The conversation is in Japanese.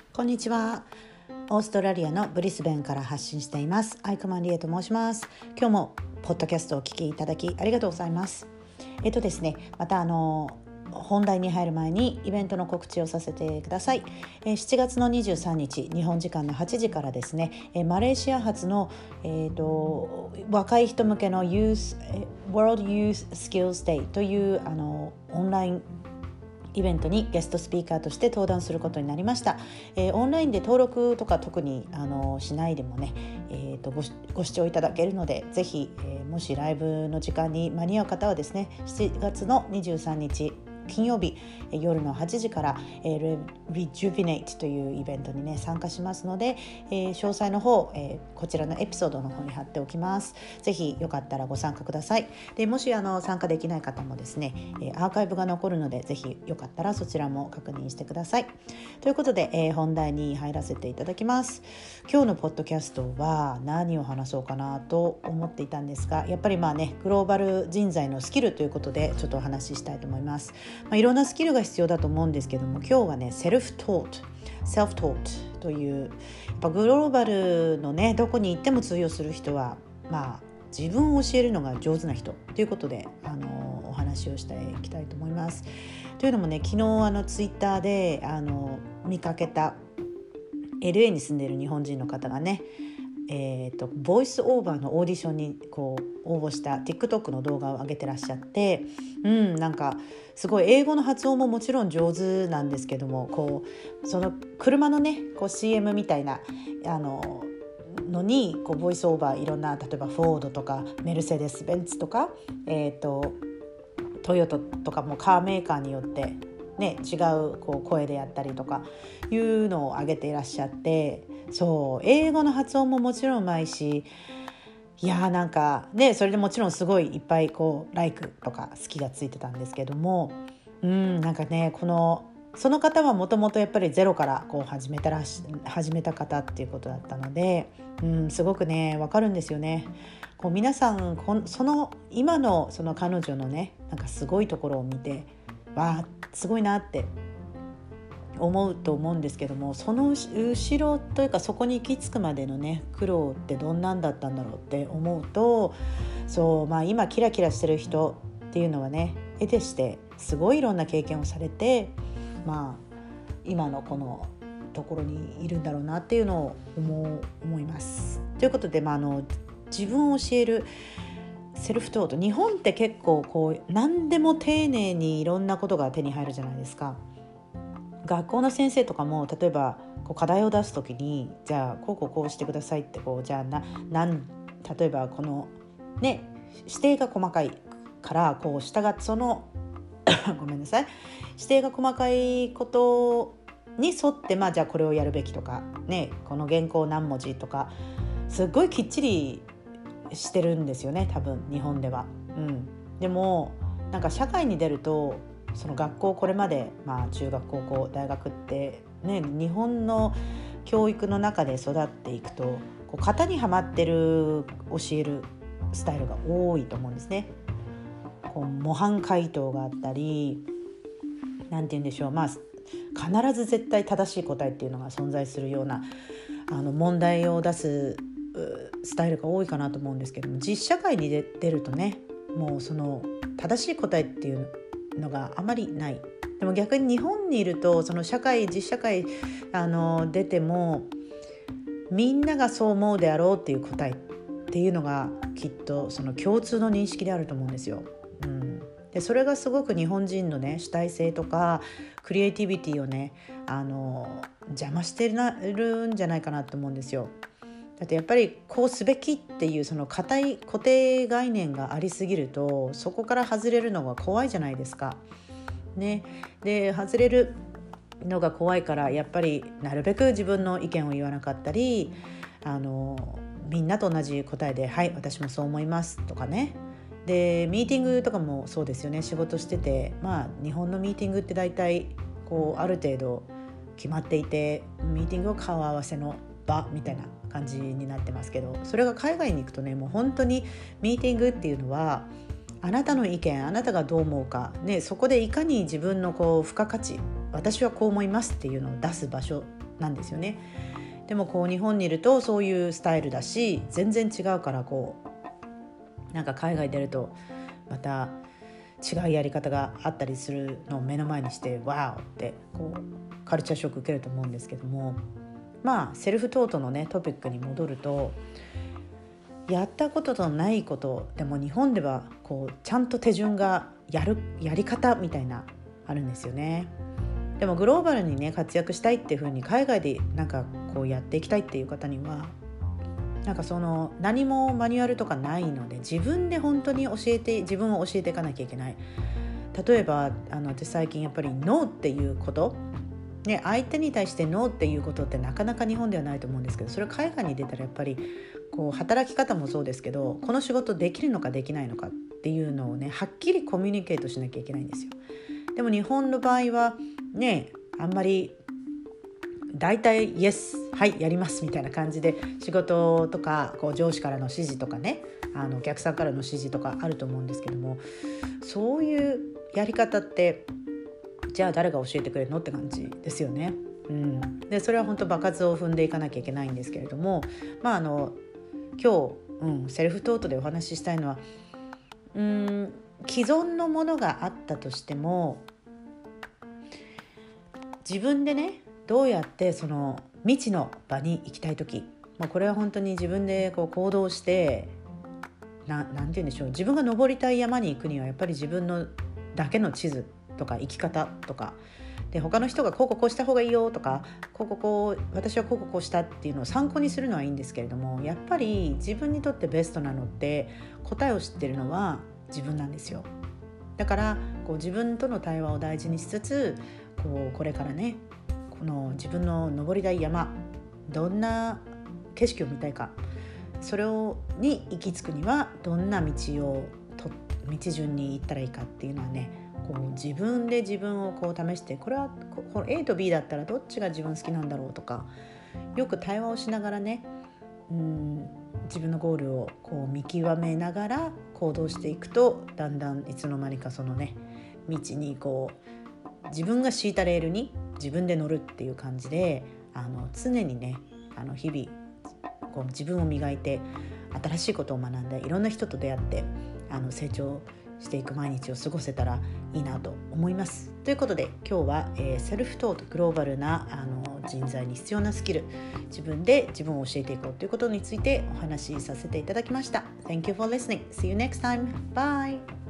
こんにちは。オーストラリアのブリスベンから発信していますアイクマンリエと申します。今日もポッドキャストをお聞きいただきありがとうございます。ですね、また本題に入る前にイベントの告知をさせてください。7月の23日日本時間の8時からですね、マレーシア発の、若い人向けのWorld Youth Skills Day というオンラインイベントにゲストスピーカーとして登壇することになりました。オンラインで登録とか特にしないでもね、ご視聴いただけるので、ぜひ、もしライブの時間に間に合う方はですね、7月の23日金曜日夜の8時から、Rejuvenate というイベントにね参加しますので、詳細の方、こちらのエピソードの方に貼っておきます。ぜひよかったらご参加ください。でもし参加できない方もですね、アーカイブが残るので、ぜひよかったらそちらも確認してください。ということで、本題に入らせていただきます。今日のポッドキャストは何を話そうかなと思っていたんですが、やっぱりグローバル人材のスキルということでちょっとお話ししたいと思います。いろんなスキルが必要だと思うんですけども、今日はねセルフトートという、やっぱグローバルのねどこに行っても通用する人は、自分を教えるのが上手な人ということでお話をしていきたいと思います。というのもね、昨日ツイッターで見かけた LA に住んでいる日本人の方がね、ボイスオーバーのオーディションに応募した TikTok の動画を上げてらっしゃって、なんかすごい英語の発音ももちろん上手なんですけども、その車のねCM みたいなのにボイスオーバーいろんな、例えばフォードとかメルセデス・ベンツとか、トヨタとかもカーメーカーによって違う声でやったりとかいうのを上げていらっしゃって、そう英語の発音ももちろんうまいし、いやなんかね、それでもちろんすごいいっぱいライクとか好きがついてたんですけども、なんかねその方はもともとやっぱりゼロから始めた方っていうことだったので、すごくねわかるんですよね。皆さん今のその彼女のねなんかすごいところを見て、わあすごいなって思うと思うんですけども、その後ろというかそこに行き着くまでのね苦労ってどんなんだったんだろうって思うと、今キラキラしてる人っていうのはね得てしてすごいいろんな経験をされて、今のこのところにいるんだろうなっていうのを思います。ということで、自分を教えるセルフトート、日本って結構何でも丁寧にいろんなことが手に入るじゃないですか。学校の先生とかも例えば課題を出すときに、じゃあこうしてくださいってじゃあ例えばこのね指定が細かいから従ってそのごめんなさい、指定が細かいことに沿って、じゃあこれをやるべきとかね、この原稿何文字とかすっごいきっちりしてるんですよね、多分日本では。でもなんか社会に出ると、その学校これまで、中学高校大学ってね、日本の教育の中で育っていくと型にはまってる教えるスタイルが多いと思うんですね。模範解答があったり、なんて言うんでしょう、必ず絶対正しい答えっていうのが存在するような問題を出すスタイルが多いかなと思うんですけども、実社会に出るとね、もうその正しい答えっていうのがあまりない。でも逆に日本にいると、その実社会出てもみんながそう思うであろうっていう答えっていうのがきっとその共通の認識であると思うんですよ。でそれがすごく日本人のね主体性とかクリエイティビティをね邪魔してるんじゃないかなと思うんですよ。だってやっぱりこうすべきっていうその固定概念がありすぎると、そこから外れるのが怖いじゃないですかね。で外れるのが怖いから、やっぱりなるべく自分の意見を言わなかったり、みんなと同じ答えではい私もそう思いますとかね。でミーティングとかもそうですよね。仕事してて、日本のミーティングって大体ある程度決まっていて、ミーティングは顔合わせの場みたいな感じになってますけど、それが海外に行くとね、もう本当にミーティングっていうのはあなたの意見、あなたがどう思うか、そこでいかに自分の付加価値、私はこう思いますっていうのを出す場所なんですよね。でもこう日本にいるとそういうスタイルだし、全然違うから、こうなんか海外出るとまた違うやり方があったりするのを目の前にしてワーオってこうカルチャーショック受けると思うんですけども、まあセルフトートのねトピックに戻ると、やったことのないことでも日本ではこうちゃんと手順がやり方みたいなあるんですよね。でもグローバルにね活躍したいっていう風に海外でなんかこうやっていきたいっていう方には、なんかその何もマニュアルとかないので、自分で本当に自分を教えていかなきゃいけない。例えば私最近やっぱりノーっていうことね、相手に対してノーっていうことってなかなか日本ではないと思うんですけど、それ海外に出たらやっぱりこう働き方もそうですけど、この仕事できるのかできないのかっていうのをねはっきりコミュニケートしなきゃいけないんですよ。でも日本の場合はね、あんまり大体イエスはいやりますみたいな感じで、仕事とかこう上司からの指示とかね、お客さんからの指示とかあると思うんですけども、そういうやり方ってじゃあ誰が教えてくれるのって感じですよね。でそれは本当場数を踏んでいかなきゃいけないんですけれども、今日、セルフトートでお話ししたいのは、既存のものがあったとしても、自分でねどうやってその未知の場に行きたいとき、これは本当に自分でこう行動してなんて言うんでしょう、自分が登りたい山に行くにはやっぱり自分のだけの地図とか生き方とかで、他の人がこうした方がいいよとか、私はこうしたっていうのを参考にするのはいいんですけれども、やっぱり自分にとってベストなのって、答えを知ってるのは自分なんですよ。だからこう自分との対話を大事にしつつ、これからねこの自分の登りたい山、どんな景色を見たいか、それに行き着くにはどんな道順に行ったらいいかっていうのはね、こう自分で自分をこう試して、これはこの A と B だったらどっちが自分好きなんだろうとか、よく対話をしながらね、自分のゴールをこう見極めながら行動していくと、だんだんいつの間にかそのね道にこう自分が敷いたレールに自分で乗るっていう感じで、常にね日々こう自分を磨いて、新しいことを学んで、いろんな人と出会って成長していく毎日を過ごせたらいいなと思います。ということで今日は、セルフトート、グローバルな人材に必要なスキル、自分で自分を教えていこうということについてお話しさせていただきました。 Thank you for listening. See you next time. Bye.